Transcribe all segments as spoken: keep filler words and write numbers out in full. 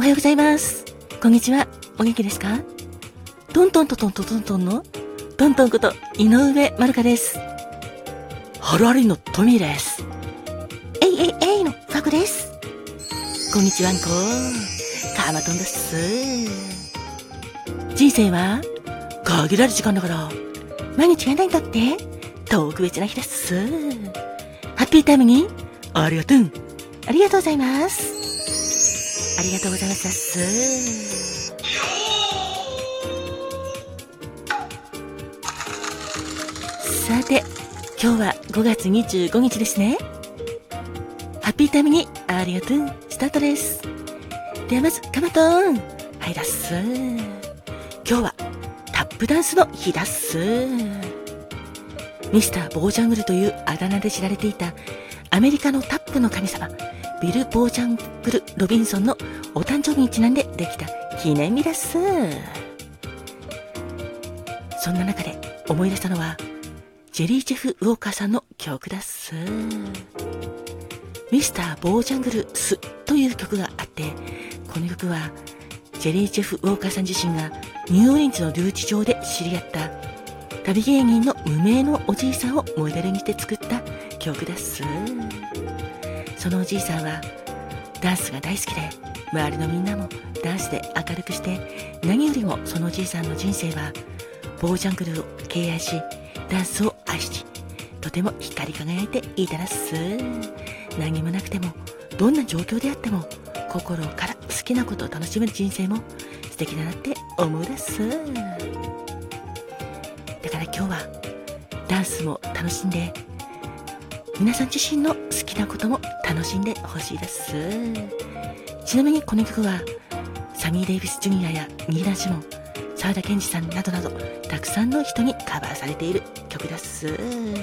おはようございます。こんにちは。お元気ですか？トントントントントントントンのトントンこと井上まるかです。ハロアリのトミーです。 えいえいえいのファクです。 こんにちはんこ。カマトンです。人生は限られる時間だから毎日がないんだって特別な日です。ハッピータイムにありがとう。 ありがとうございます。 ありがとうございます。さて、今日はごがつにじゅうごにちですね。ハッピータイムにありがとう。スタートです。ではまずカマトン、はいだっす。今日はタップダンスの日だっす。ミスターボージャングルというあだ名で知られていたアメリカのタップの神様ビル・ボージャングル・ロビンソンのお誕生日にちなんでできた記念日だっす。そんな中で思い出したのはジェリー・ジェフ・ウォーカーさんの曲だっす。ミスター・ボージャングルスという曲があって、この曲はジェリー・ジェフ・ウォーカーさん自身がニューオーリンズの留置場で知り合った旅芸人の無名のおじいさんをモデルにして作った曲だっす。そのおじいさんはダンスが大好きで、周りのみんなもダンスで明るくして、何よりもそのおじいさんの人生はボージャングルを敬愛し、ダンスを愛し、とても光り輝いていたらっす。何もなくてもどんな状況であっても心から好きなことを楽しめる人生も素敵だなって思うだっす。だから今日はダンスも楽しんで、皆さん自身の好きなことも楽しんでほしいです。ちなみにこの曲はサミー・デイビス・ジュニアやニーナ・シモン、沢田研二さんなどなどたくさんの人にカバーされている曲です。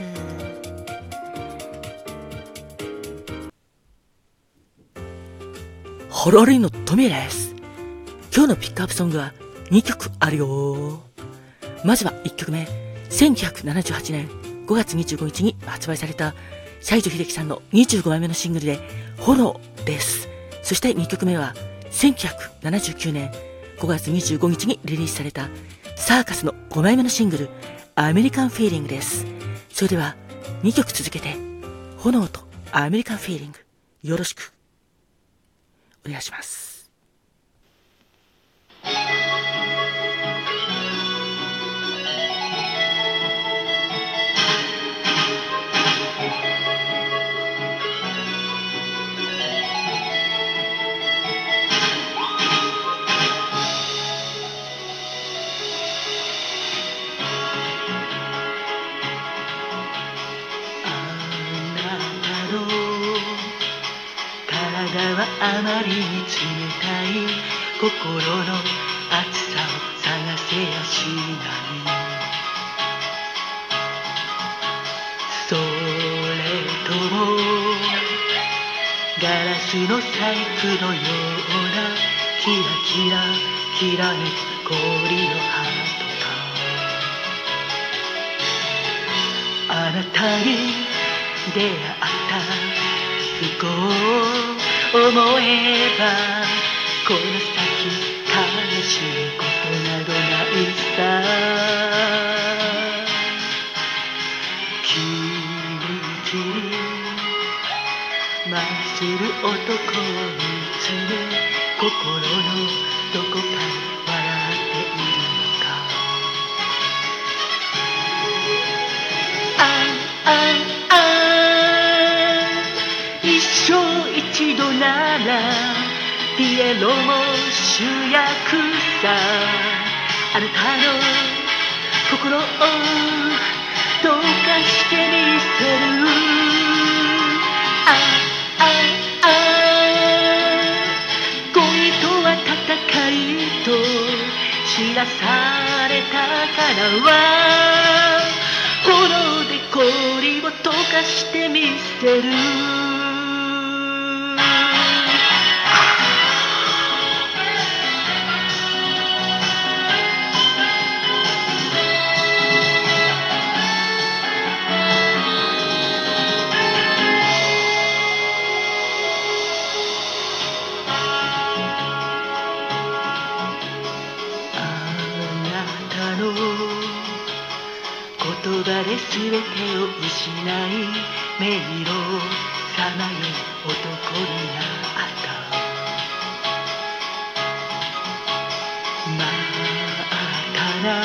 ハローリンのトミーです。今日のピックアップソングはにきょくあるよ。まずはいっきょくめ、せんきゅうひゃくななじゅうはちねんごがつにじゅうごにちに発売された西城秀樹さんのにじゅうごまいめのシングルで炎です。そしてにきょくめはせんきゅうひゃくななじゅうきゅうねんごがつにじゅうごにちにリリースされたサーカスのごまいめのシングルアメリカンフィーリングです。それではにきょく続けて炎とアメリカンフィーリングよろしくお願いします。 体はあまりに冷たい、心の熱さを探せやしない。それともガラスの細工のようなキラキラきらめく氷のハートか。あなたに出会った不幸を思えばこの先悲しいことなどないさ。キリキリ舞いする男を見つめ、心のどこかに笑っているのか。あああ一生一度ならピエロも主役さ。あなたの心をどうかしてみせる。あああ恋とは戦いと知らされたからは炎で氷を溶かしてみせる。 全てを失い迷路をさまよう男になった真っ赤な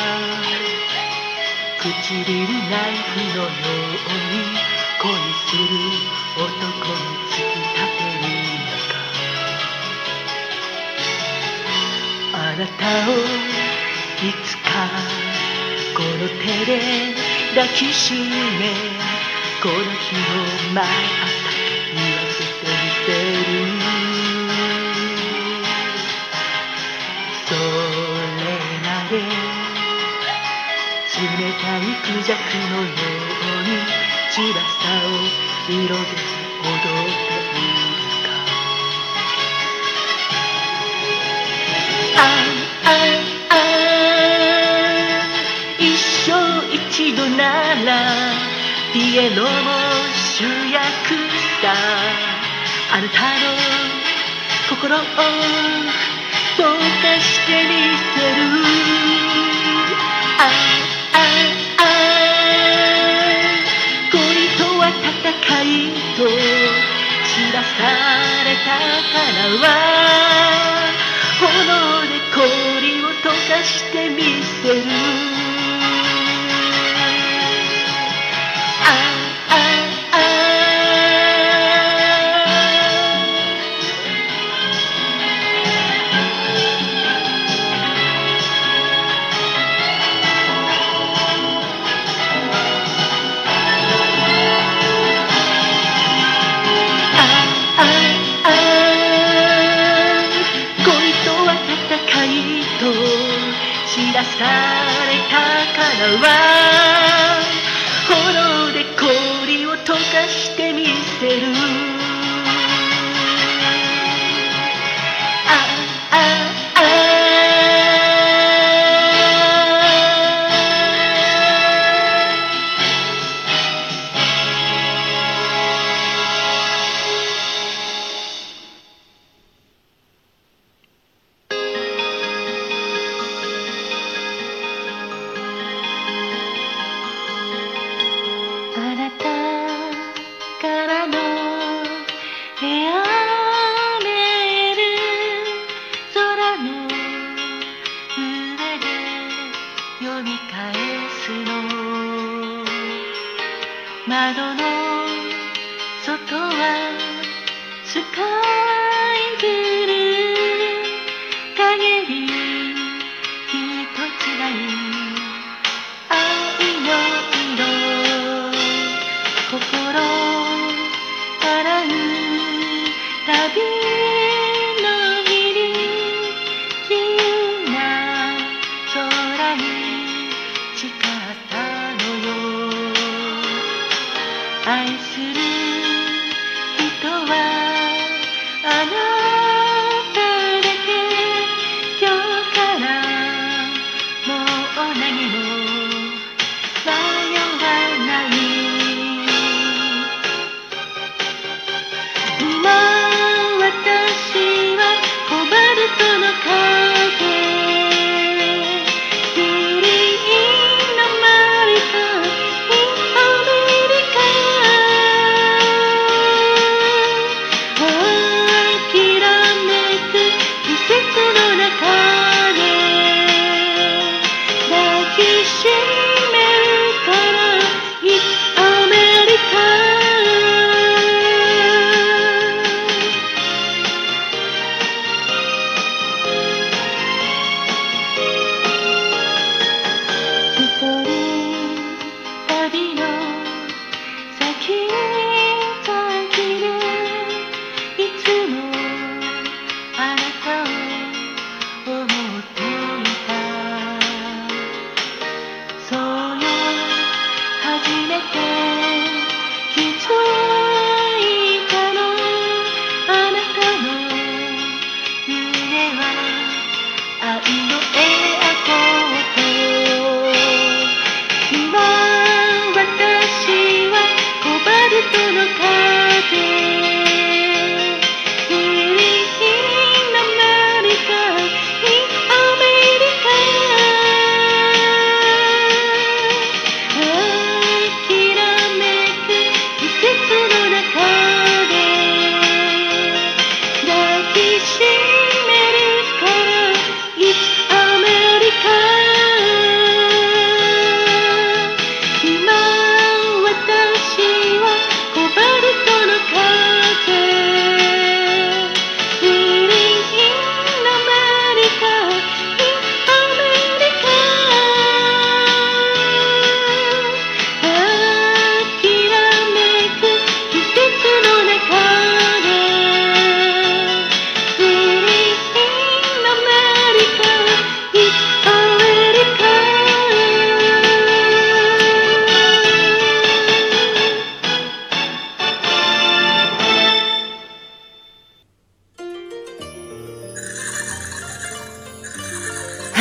唇ナイフのように恋する男に突き立てる中あなたをいつかこの手で抱きしめこの日をまた言わせてみせるそれまで冷たいクジャクのように翼を広げて踊っているかああ一生一度ならピエロも主役さあなたの心を溶かしてみせるあああ恋とは戦いと知らされたからは炎で氷を溶かしてみせる知らされたからは炎で氷を溶かしてみせるああああなたからのヘアメール空の上で読み返すの窓の外はスカイブルー陰り一つない愛の色心からう旅の日に自由な空に誓ったのよ愛する人はあなただけ今日からもう何も迷わない回っ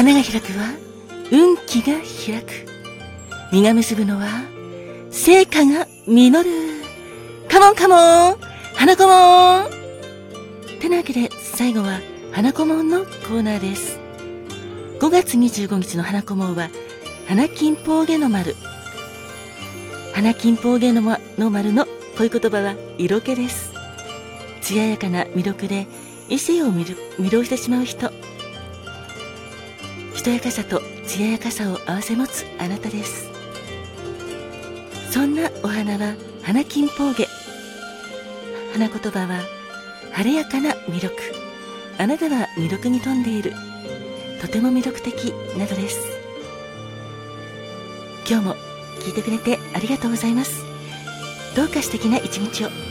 花が開くは運気が開く。実が結ぶのは成果が実る。カモンカモン花子もん。てなわけで最後は花子もんのコーナーです。ごがつにじゅうごにちの花子もんは花金峰下の丸。花金峰下の丸の恋言葉は色気です。艶やかな魅力で異性を魅了してしまう人。しとやかさと艶やかさを併せ持つあなたです。そんなお花は花金峰下。花言葉は晴れやかな魅力。あなたは魅力に富んでいる。とても魅力的などです。今日も聞いてくれてありがとうございます。どうか素敵な一日を。